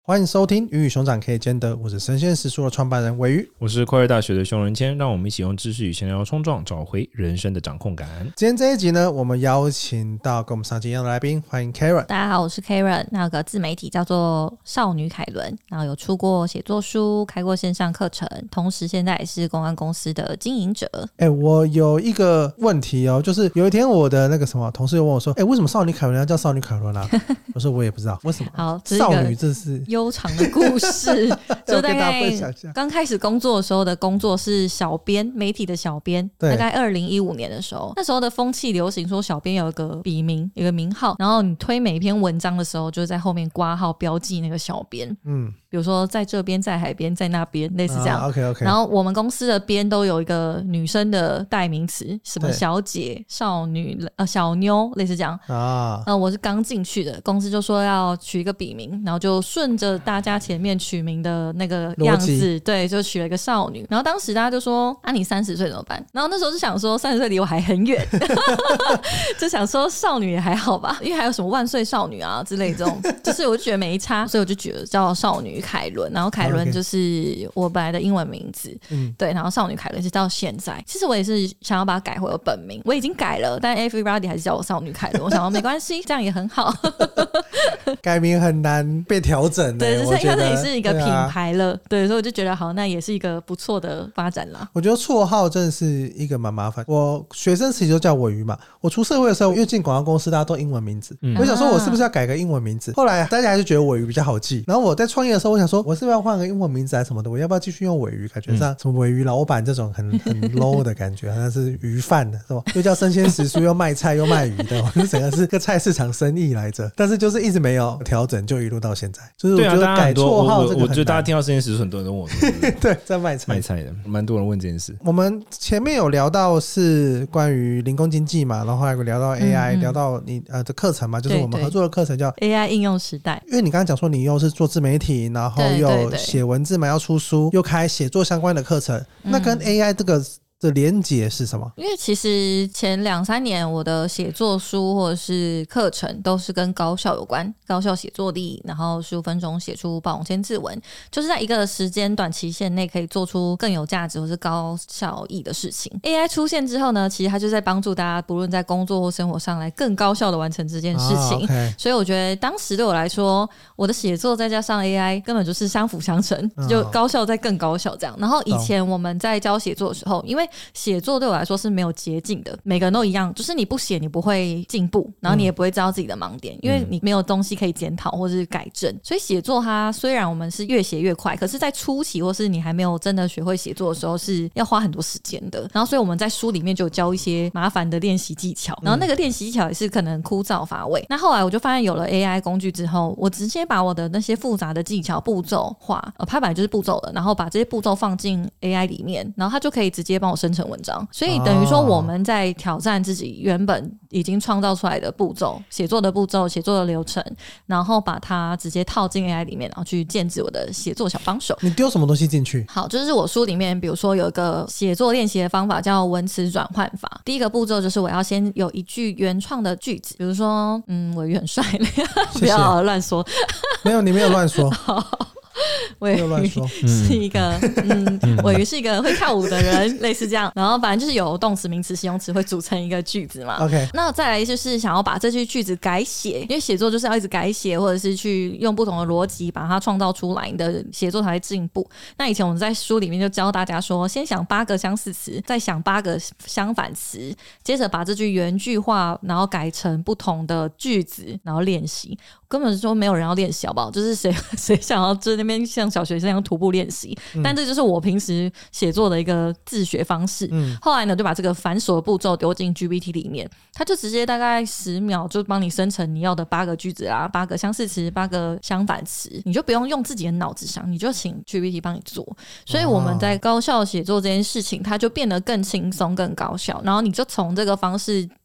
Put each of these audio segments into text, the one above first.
欢迎收听鱼与熊掌可以兼得，我是神仙食书的创办人尾鱼， 我是快乐大学的熊仁谦，让我们一起用知识与闲聊冲撞，找回人生的掌控感。 今天这一集呢，我们邀请到跟我们上集一样的来宾，欢迎 Karen。 大家好，我是 Karen， 那有个自媒体叫做少女凯伦，然后有出过写作书，开过线上课程，同时现在也是公关公司的经营者。 我有一个问题哦，就是有一天我的那个什么同事又问我说，为什么少女凯伦要叫少女凯伦啊？我说我也不知道为什么。 好， 少女这是悠长的故事，就大概刚开始工作的时候的工作是小编，媒体的小编，大概2015年的时候，那时候的风气流行说小编有一个笔名，有一个名号，然后你推每一篇文章的时候，就在后面括号标记那个小编，比如说在这边，在海边，在那边，类似这样。 OK。 然后我们公司的编都有一个女生的代名词，什么小姐、少女、小妞，类似这样啊。我是刚进去的，公司就说要取一个笔名，然后就顺着大家前面取名的那个样子，对，就取了一个少女。然后当时大家就说：“啊，你30岁怎么办？”然后那时候就想说，30岁离我还很远，就想说少女也还好吧，因为还有什么万岁少女啊之类这种，就是我就觉得没差，所以我就觉得叫少女凯伦。然后凯伦就是我本来的英文名字，对，然后少女凯伦是到现在。其实我也是想要把它改回我本名，我已经改了，但 everybody 还是叫我少女凯伦。我想说没关系，这样也很好。 改名很难被调整， 对，就是它这里是一个品牌了，对，所以我就觉得好，那也是一个不错的发展啦。 我觉得绰号真的是一个蛮麻烦。我学生时期就叫尾鱼嘛，我出社会的时候，因为进广告公司大家都英文名字，我想说我是不是要改个英文名字？后来大家还是觉得尾鱼比较好记。然后我在创业的时候，我想说我是不是要换个英文名字还是什么的？我要不要继续用尾鱼？感觉上什么尾鱼老板这种很 low 的感觉，好像是鱼贩的，是吧？又叫生鲜食书，又卖菜又卖鱼的，我就整个是个菜市场生意来着。但是就是一直没有调整，就一路到现在。就是我觉得改绰号这个很难， 我觉得大家听到生鲜食书，很多人都问我说对，在卖菜的，蛮多人问这件事。 我们前面有聊到是关于零工经济嘛，然后后来有聊到 AI，聊到你的课程嘛，就是我们合作的课程叫 AI 应用时代。 因为你刚刚讲说你又是做自媒体，然后又写文字嘛，要出书，又开写作相关的课程，那跟 AI 这个的连结是什么？ 因为其实前2-3年我的写作书或者是课程都是跟高效有关，高效写作力，然后15分钟写出爆5000字文，就是在一个时间短期限内可以做出更有价值或是高效益的事情。 AI 出现之后呢，其实它就在帮助大家不论在工作或生活上来更高效的完成这件事情所以我觉得当时对我来说，我的写作再加上 AI 根本就是相辅相成，就高效再更高效这样。然后以前我们在教写作的时候，因为写作对我来说是没有捷径的，每个人都一样，就是你不写你不会进步，然后你也不会知道自己的盲点，因为你没有东西可以检讨或是改正。所以写作它虽然我们是越写越快，可是在初期或是你还没有真的学会写作的时候是要花很多时间的。然后所以我们在书里面就有教一些麻烦的练习技巧，然后那个练习技巧也是可能枯燥乏味。那后来我就发现有了 AI 工具之后，我直接把我的那些复杂的技巧步骤化，它本来就是步骤的，然后把这些步骤放进 AI 里面，然后它就可以直接帮我生成文章。所以等于说我们在挑战自己原本已经创造出来的步骤，写作的步骤，写作的流程，然后把它直接套进 AI 里面，然后去建制我的写作小帮手。 你丢什么东西进去？ 好，就是我书里面比如说有一个写作练习的方法叫文词转换法。第一个步骤就是我要先有一句原创的句子，比如说我很帅不要乱说没有，你没有乱说尾鱼是一个尾鱼是一个会跳舞的人类似这样，然后反正就是有动词名词形容词会组成一个句子嘛。 OK， 那再来就是想要把这句句子改写，因为写作就是要一直改写，或者是去用不同的逻辑把它创造出来，你的写作才会进步。那以前我们在书里面就教大家说，先想8个相似词，再想8个相反词，接着把这句原句化，然后改成不同的句子，然后练习。根本说没有人要练习好不好，就是谁想要在那边像小学生一样徒步练习，但这就是我平时写作的一个自学方式。后来呢就把这个繁琐的步骤丢进 GPT 里面，它就直接大概10秒就帮你生成你要的8个句子啊，8个相似词，8个相反词，你就不用用自己的脑子想，你就请 GPT 帮你做。所以我们在高效写作这件事情它就变得更轻松更高效，然后你就从这个方式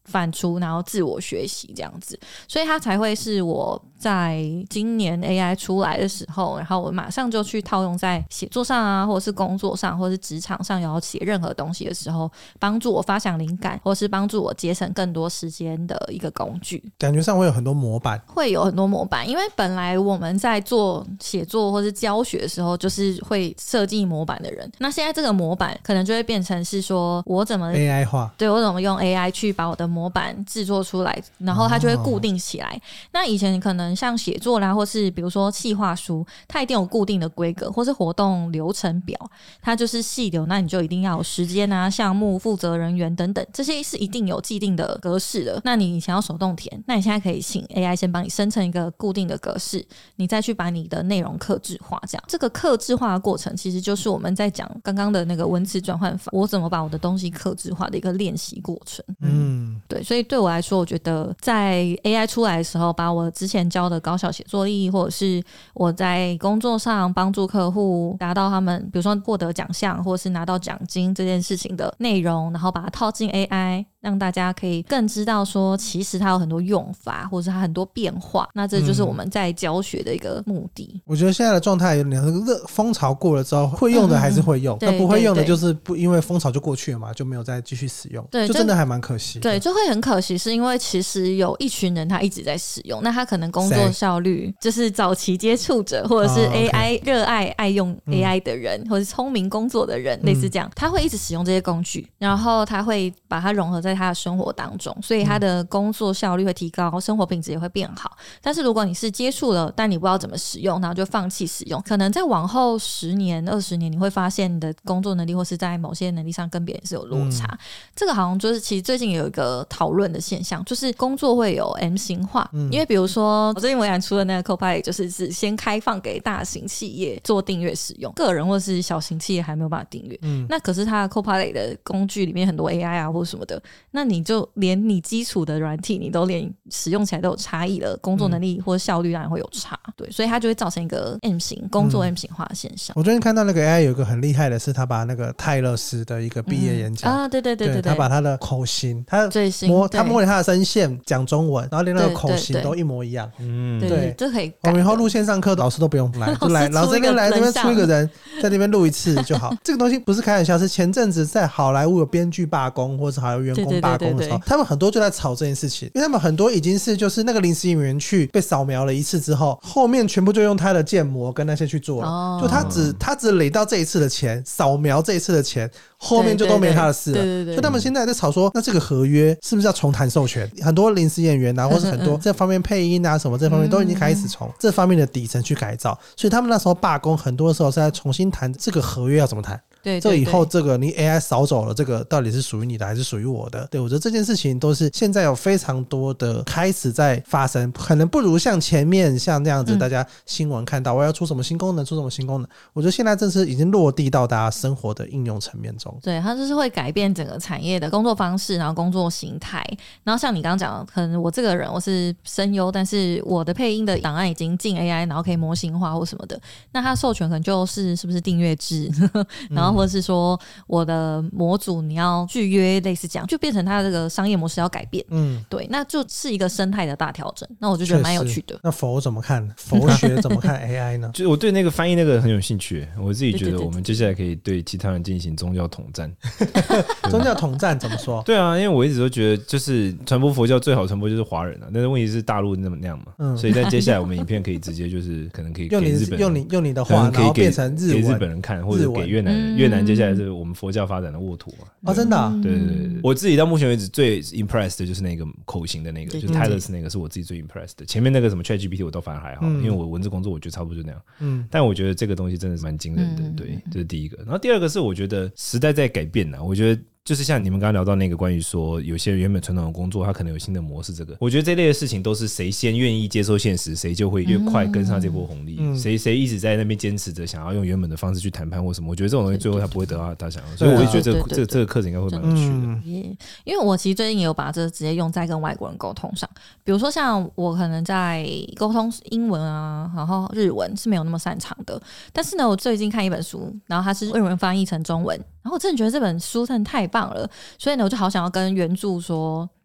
反刍，然后自我学习这样子，所以它才会是我在今年 AI 出来的时候，然后我马上就去套用在写作上啊，或者是工作上，或者是职场上要写任何东西的时候，帮助我发想灵感，或是帮助我节省更多时间的一个工具。 感觉上会有很多模板， 会有很多模板，因为本来我们在做写作或是教学的时候，就是会设计模板的人。那现在这个模板可能就会变成是说我怎么 AI 化， 对，我怎么用 AI 去把我的模板制作出来，然后它就会固定起来。那以前可能像写作啦，或是比如说企划书，它一定有固定的规格，或是活动流程表，它就是细流，那你就一定要有时间啊、项目、负责人员等等，这些是一定有既定的格式的。那你想要手动填，那你现在可以请 AI 先帮你生成一个固定的格式，你再去把你的内容客制化。这个客制化的过程，其实就是我们在讲刚刚的那个文词转换法，我怎么把我的东西客制化的一个练习过程。对，所以对我来说，我觉得在 AI 出来的时候，把我之前教的高效写作力，或者是我在工作上帮助客户达到他们比如说获得奖项或者是拿到奖金这件事情的内容，然后把它套进 AI， 让大家可以更知道说其实它有很多用法，或者是它很多变化，那这就是我们在教学的一个目的。 我觉得现在的状态有点风潮过了之后，会用的还是会用，那不会用的就是不因为风潮就过去了嘛，就没有再继续使用，就真的还蛮可惜。 对，就会很可惜，是因为其实有一群人他一直在使用，那他可能工作效率就是早期接触者，或者是 AI 热爱用 AI 的人，或者是聪明工作的人，类似这样，他会一直使用这些工具，然后他会把它融合在他的生活当中，所以他的工作效率会提高，生活品质也会变好。但是如果你是接触了，但你不知道怎么使用，然后就放弃使用，可能在往后10年、20年，你会发现你的工作能力或是在某些能力上跟别人是有落差。这个好像就是其实最近有一个讨论的现象，就是工作会有 M 型化，因为比如说我最近微软出的那个 Copilot 就是只先开放给大型企业做订阅使用，个人或是小型企业还没有办法订阅。那可是它的 Copilot 的工具里面很多 AI 啊或什么的，那你就连你基础的软体你都连使用起来都有差异了，工作能力或效率当然会有差。对，所以它就会造成一个 M 型工作 M 型化的现象。 我最近看到那个 AI 有一个很厉害的是，他把那个泰勒斯的一个毕业演讲啊，对， 他把他的口型，他模拟他的声线讲中文，然后连那个口型都一模一样。 对，这可以改。 我们以后录线上课，老师都不用来，就来老师就来这边出一个人，在那边录一次就好。这个东西不是开玩笑，是前阵子在好莱坞有编剧罢工或者好莱坞员工罢工的时候，他们很多就在吵这件事情，因为他们很多已经是就是那个临时演员去被扫描了一次之后，后面全部就用他的建模跟那些去做了，就他只领到这一次的钱，扫描这一次的钱，后面就都没他的事了。所以他们现在在吵说，那这个合约是不是要重谈授权？很多临时演员啊，或是很多这方面配音啊什么这方面都已经开始从这方面的底层去改造，所以他们那时候罢工，很多时候是在重新谈这个合约要怎么谈。这以后这个你 AI 扫走了，这个到底是属于你的还是属于我的？对，我觉得这件事情都是现在有非常多的开始在发生，可能不如像前面像那样子大家新闻看到我要出什么新功能，出什么新功能，我觉得现在正是已经落地到大家生活的应用层面中。 对，它就是会改变整个产业的工作方式，然后工作形态。然后像你刚刚讲的，可能我这个人我是声优，但是我的配音的档案已经进 AI， 然后可以模型化或什么的，那它授权可能就是是不是订阅制然后或者是说我的模组你要续约，类似这样，就变成它的这个商业模式要改变。对，那就是一个生态的大调整，那我就觉得蛮有趣的。 那佛怎么看？佛学怎么看 AI 呢？ 就是我对那个翻译那个很有兴趣，我自己觉得我们接下来可以对其他人进行宗教统战。 宗教统战怎么说？ 对啊，因为我一直都觉得就是传播佛教最好传播就是华人啊，但是问题是大陆那样嘛，所以在接下来我们影片可以直接就是可能可以给日本人用你的话，然后变成给日本人看，或者给越南人。越南接下来是我们佛教发展的沃土嘛。 真的啊？ 对，我自己到目前为止最 impressed 的就是那个口型的那个，就是 Tylers 那个是我自己最 impressed 的。前面那个什么 ChatGPT 我都反而还好，因为我文字工作我觉得差不多就那样。但我觉得这个东西真的是蛮惊人的。对，这是第一个。然后第二个是我觉得时代在改变啊，我觉得就是像你们刚刚聊到那个关于说有些原本传统的工作它可能有新的模式，这个我觉得这类的事情都是谁先愿意接受现实，谁就会越快跟上这波红利。谁一直在那边坚持着想要用原本的方式去谈判或什么，我觉得这种东西最后他不会得到他想要，所以我就觉得这个课程应该会蛮有趣的。 因为我其实最近也有把这直接用在跟外国人沟通上，比如说像我可能在沟通英文啊，然后日文是没有那么擅长的，但是呢我最近看一本书，然后它是日文翻译成中文，然后我真的觉得这本书真的太棒了，所以呢我就好想要跟原著说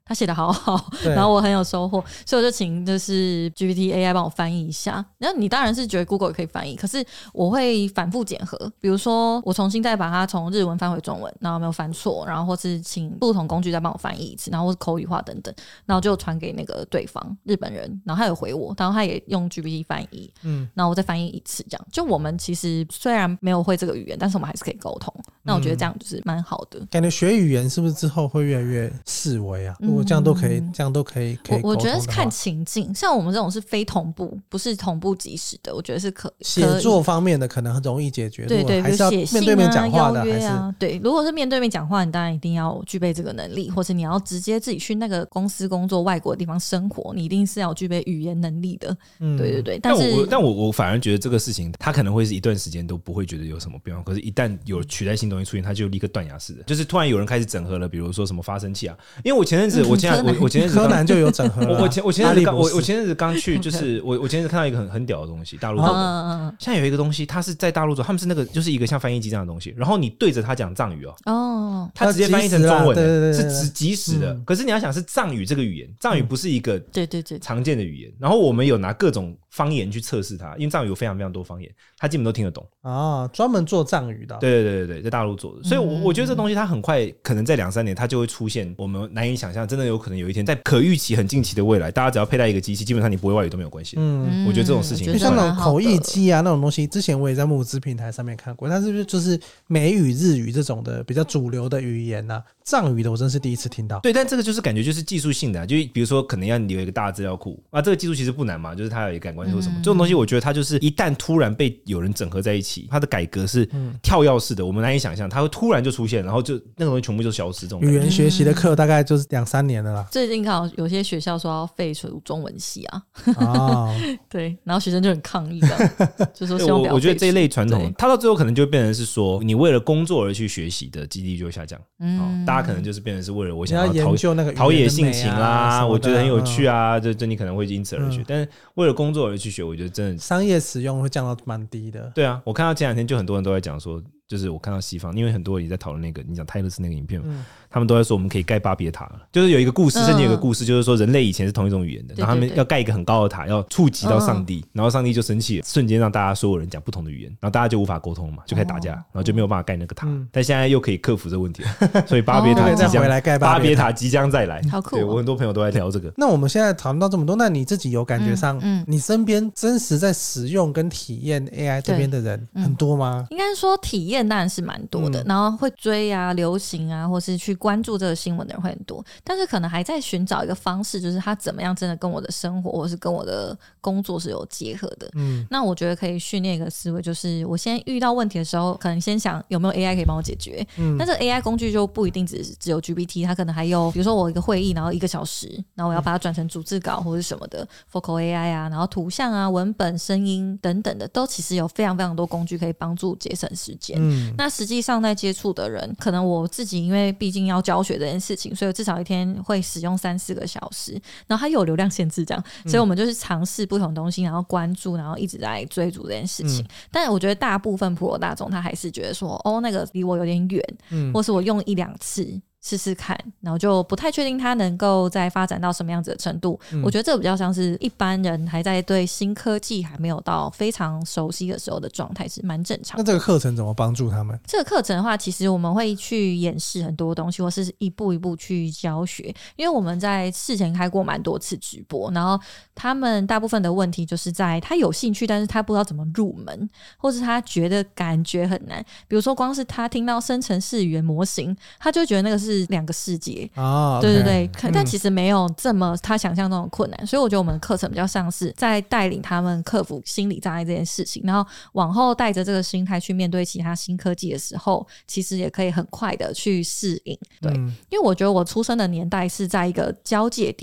他写的好好，然后我很有收获，所以我就请就是 GPT AI 帮我翻译一下。然后你当然是觉得 Google 也可以翻译，可是我会反复检核，比如说我重新再把它从日文翻回中文，然后没有翻错，然后或是请不同工具再帮我翻译一次，然后或是口语化等等，然后就传给那个对方日本人，然后他有回我，然后他也用 GPT 翻译，然后我再翻译一次，这样就我们其实虽然没有会这个语言，但是我们还是可以沟通。那我觉得这样就是蛮好的。 感觉学语言是不是之后会越来越式微啊？如果这样都可以， 我觉得是看情境，像我们这种是非同步，不是同步即时的，我觉得是可以。 写作方面的可能很容易解决， 对对， 还是要面对面讲话的， 还是对。如果是面对面讲话，你当然一定要具备这个能力，或者你要直接自己去那个公司工作、外国的地方生活，你一定是要具备语言能力的。对对对。 但我反而觉得这个事情，它可能会是一段时间都不会觉得有什么变化，可是一旦有取代性东西出现，它就立刻断崖式的，就是突然有人开始整合了，比如说什么发生器啊。因为我前阵子柯南就有整合了。 我前阵子刚去，就是我前阵子看到一个很屌的东西，大陆做的。现在有一个东西，它是在大陆做，他们是那个就是一个像翻译机这样的东西，然后你对着它讲藏语它直接翻译成中文的，是即时的。可是你要想是藏语这个语言，藏语不是一个常见的语言，然后我们有拿各种方言去测试它，因为藏语有非常非常多方言，它基本都听得懂专门做藏语的。 对，在大陆做的。所以我觉得这东西它很快可能在2-3年它就会出现我们难以想象，真的有可能有一天在可预期很近期的未来，大家只要佩戴一个机器，基本上你不会外语都没有关系。我觉得这种事情就像那种口译机啊那种东西，之前我也在募资平台上面看过，它是不是就是美语、日语这种的比较主流的语言啊？藏语的我真是第一次听到。 对，但这个就是感觉就是技术性的就比如说可能要你留一个大资料库这个技术其实不难嘛，就是它有一个感官或什么这种东西，我觉得它就是一旦突然被有人整合在一起，它的改革是跳跃式的，我们难以想象，它会突然就出现，然后就那个东西全部就消失。这种语言学习的课大概就是2-3年了啦。 最近看有些学校说要废除中文系对，然后学生就很抗议的，就说希望不要废除。 我觉得这一类传统，它到最后可能就会变成是说，你为了工作而去学习的几率就会下降。大家可能就是变成是为了我想要研究那个陶冶性情啦，我觉得很有趣啊，就你可能会因此而学。但是为了工作而去学，我觉得真的商业使用会降到蛮低的。 对啊，我看到前2天就很多人都在讲说，就是我看到西方，因为很多人也在讨论那个你讲泰勒斯那个影片他们都在说我们可以盖巴别塔了，就是有一个故事，甚至有一个故事就是说人类以前是同一种语言的，然后他们要盖一个很高的塔，要触及到上帝，然后上帝就生气了，瞬间让大家所有人讲不同的语言，然后大家就无法沟通嘛，就开始打架，然后就没有办法盖那个塔。但现在又可以克服这个问题了，所以巴别塔即将巴别塔即将再来。 好酷对，我很多朋友都在聊这个。 那我们现在讨论到这么多，那你自己有感觉上你身边真实在使用跟体验 AI 这边的人很多吗？ 应该说体验当然是蛮多的，然后会追流行或是去关注这个新闻的人会很多，但是可能还在寻找一个方式，就是他怎么样真的跟我的生活或是跟我的工作是有结合的。那我觉得可以训练一个思维，就是我先遇到问题的时候，可能先想有没有 AI 可以帮我解决。但这个 AI 工具就不一定只有 GPT， 它可能还有比如说我一个会议然后1个小时，然后我要把它转成逐字稿或是什么的 Focal AI 然后图像文本、声音等等的，都其实有非常非常多工具可以帮助节省时间。那实际上在接触的人，可能我自己因为毕竟要教学这件事情，所以至少一天会使用3-4个小时，然后它有流量限制这样，所以我们就是尝试不同东西，然后关注，然后一直在追逐这件事情。但我觉得大部分普罗大众他还是觉得说那个离我有点远，或是我用1-2次试试看，然后就不太确定它能够再发展到什么样子的程度。我觉得这比较像是一般人还在对新科技还没有到非常熟悉的时候的状态，是蛮正常的。 那这个课程怎么帮助他们？ 这个课程的话，其实我们会去演示很多东西，或是一步一步去教学。因为我们在事前开过蛮多次直播，然后他们大部分的问题就是在他有兴趣，但是他不知道怎么入门，或是他觉得感觉很难。比如说光是他听到生成式语言模型，他就觉得那个是2个世界。对对对，但其实没有这么他想象中的困难。所以我觉得我们的课程比较像是在带领他们克服心理障碍这件事情，然后往后带着这个心态去面对其他新科技的时候，其实也可以很快的去适应。对，因为我觉得我出生的年代是在一个交界点，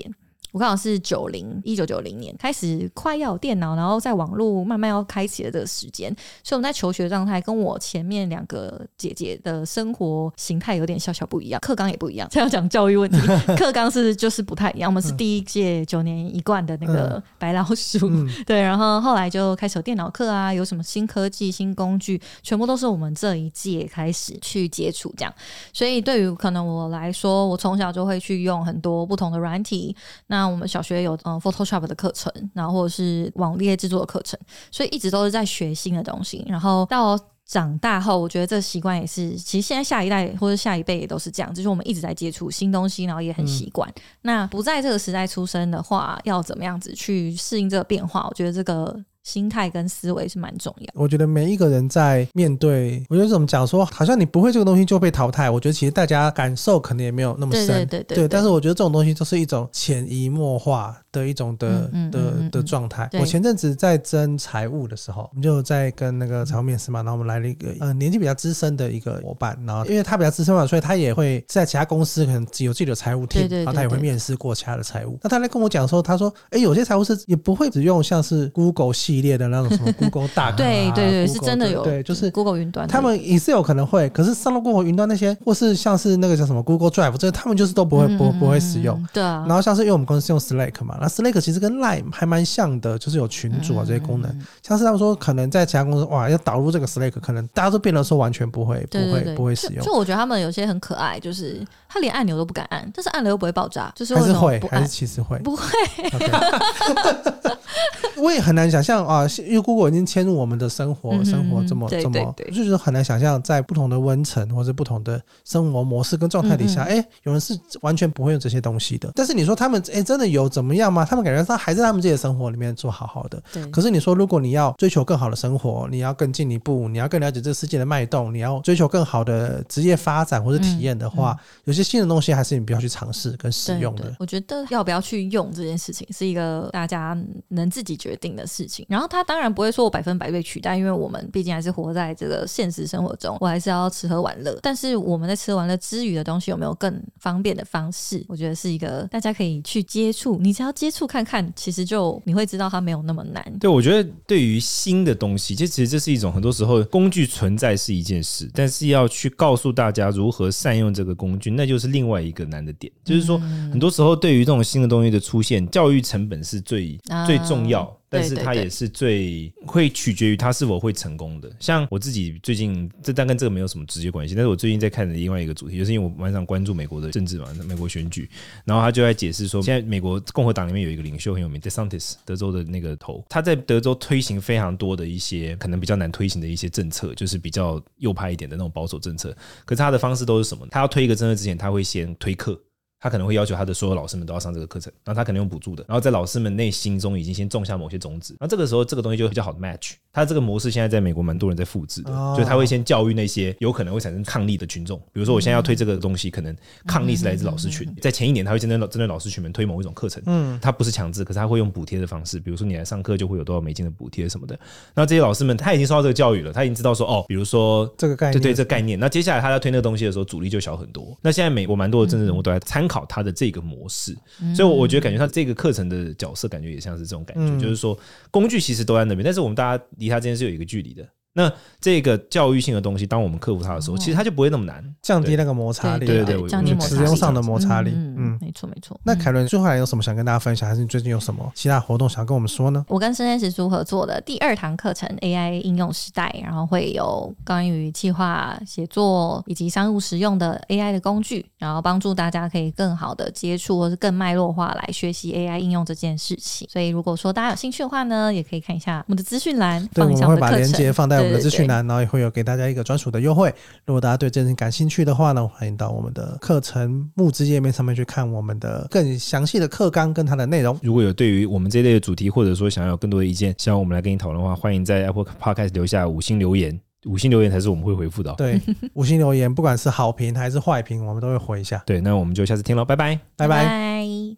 我刚好是1990年开始快要有电脑，然后在网络慢慢要开启的这个时间，所以我们在求学状态跟我前面2个姐姐的生活形态有点小小不一样，课纲也不一样，这样讲教育问题课纲就是不太一样，我们是第一届9年一贯的那个白老鼠对，然后后来就开始有电脑课啊，有什么新科技新工具全部都是我们这一届开始去接触这样，所以对于可能我来说，我从小就会去用很多不同的软体，那我们小学有Photoshop 的课程，然后或者是网页制作的课程，所以一直都是在学新的东西，然后到长大后我觉得这个习惯也是其实现在下一代或者下一辈也都是这样，就是我们一直在接触新东西，然后也很习惯那不在这个时代出生的话，要怎么样子去适应这个变化，我觉得这个心态跟思维是蛮重要。 我觉得每一个人在面对，我觉得怎么讲说好像你不会这个东西就被淘汰，我觉得其实大家感受可能也没有那么深，对，但是我觉得这种东西就是一种潜移默化的一种的状态。我前阵子在争财务的时候，我们就在跟那个财务面试嘛，然后我们来了一个年纪比较资深的一个伙伴，然后因为他比较资深嘛，所以他也会在其他公司可能有自己的财务 team， 然后他也会面试过其他的财务。那他在跟我讲说，他说有些财务是也不会只用像是 Google 系列的那种什么 Google 大对对对， Google 是真的有， 对，就是 Google 云端， 他们也是有可能会，可是上了 Google 云端那些，或是像是那个叫什么 Google Drive， 这他们就是都不会使用。 对啊。 然后像是因为我们公司是用 Slack 嘛，那 Slack 其实跟 Line 还蛮像的，就是有群组啊这些功能。像是他们说可能在其他公司哇要导入这个 Slack， 可能大家都变得说完全不会使用。 就我觉得他们有些很可爱，就是他连按钮都不敢按，但是按了又不会爆炸，就是还是会，还是其实会不会。 我也很难想象啊，因为 Google 已经迁入我们的生活这么，就是很难想象在不同的温层或者不同的生活模式跟状态底下，有人是完全不会用这些东西的。但是你说他们真的有怎么样吗？他们感觉上还在他们自己的生活里面做好好的。可是你说如果你要追求更好的生活，你要更进一步，你要更了解这个世界的脉动，你要追求更好的职业发展或是体验的话，有些新的东西还是你不要去尝试跟使用的。 我觉得要不要去用这件事情是一个大家能自己决定的事情，然后他当然不会说我100%被取代，因为我们毕竟还是活在这个现实生活中，我还是要吃喝玩乐，但是我们在吃喝玩乐之余的东西有没有更方便的方式，我觉得是一个大家可以去接触，你只要接触看看，其实就你会知道它没有那么难。 对，我觉得对于新的东西，其实这是一种很多时候工具存在是一件事，但是要去告诉大家如何善用这个工具，那就是另外一个难的点。就是说很多时候对于这种新的东西的出现，教育成本是最重要，但是它也是最会取决于它是否会成功的。像我自己最近，这但跟这个没有什么直接关系，但是我最近在看的另外一个主题，就是因为我蛮常关注美国的政治嘛，美国选举，然后他就在解释说，现在美国共和党里面有一个领袖很有名 DeSantis， 德州的那个头，他在德州推行非常多的一些可能比较难推行的一些政策，就是比较右派一点的那种保守政策。可是他的方式都是什么呢？他要推一个政策之前，他会先推课，他可能会要求他的所有老师们都要上这个课程，然后他可能用补助的，然后在老师们内心中已经先种下某些种子，然后这个时候这个东西就比较好的 match。他这个模式现在在美国蛮多人在复制的，就是他会先教育那些有可能会产生抗力的群众，比如说我现在要推这个东西，可能抗力是来自老师群，在前一年他会针对老师群们推某一种课程，他不是强制，可是他会用补贴的方式，比如说你来上课就会有多少美金的补贴什么的。那这些老师们他已经受到这个教育了，他已经知道说比如说这个概念， 对这个概念，那接下来他在推那个东西的时候阻力就小很多。那现在美国蛮多的政治人物都在参考他的这个模式，所以我觉得感觉他这个课程的角色感觉也像是这种感觉，就是说工具其实都在那边，但是我们大家离他之间是有一个距离的。那这个教育性的东西，当我们克服它的时候，其实它就不会那么难， 降低那个摩擦力， 对， 降低摩擦力， 使用上的摩擦力， 没错。 那凯伦最后还有什么想跟大家分享，还是你最近有什么其他活动想跟我们说呢？ 我跟生鲜时书合作的第2堂课程 AI 应用时代，然后会有关于企划写作以及商务实用的 AI 的工具，然后帮助大家可以更好的接触或是更脉络化来学习 AI 应用这件事情。所以如果说大家有兴趣的话呢，也可以看一下我们的资讯栏， 对， 放一下我们会我们的课程， 把链接放在我们的资讯栏， 对， 然后也会有给大家一个专属的优惠。如果大家对这件事感兴趣的话呢，欢迎到我们的课程募资页面上面去看我们的更详细的课纲跟它的内容。 如果有对于我们这类的主题，或者说想要有更多的意见，希望我们来跟你讨论的话，欢迎在 Apple Podcast 留下5星留言，5星留言才是我们会回复的。 对，5星留言不管是好评还是坏评，我们都会回一下。 对，那我们就下次听了，拜拜， 拜拜。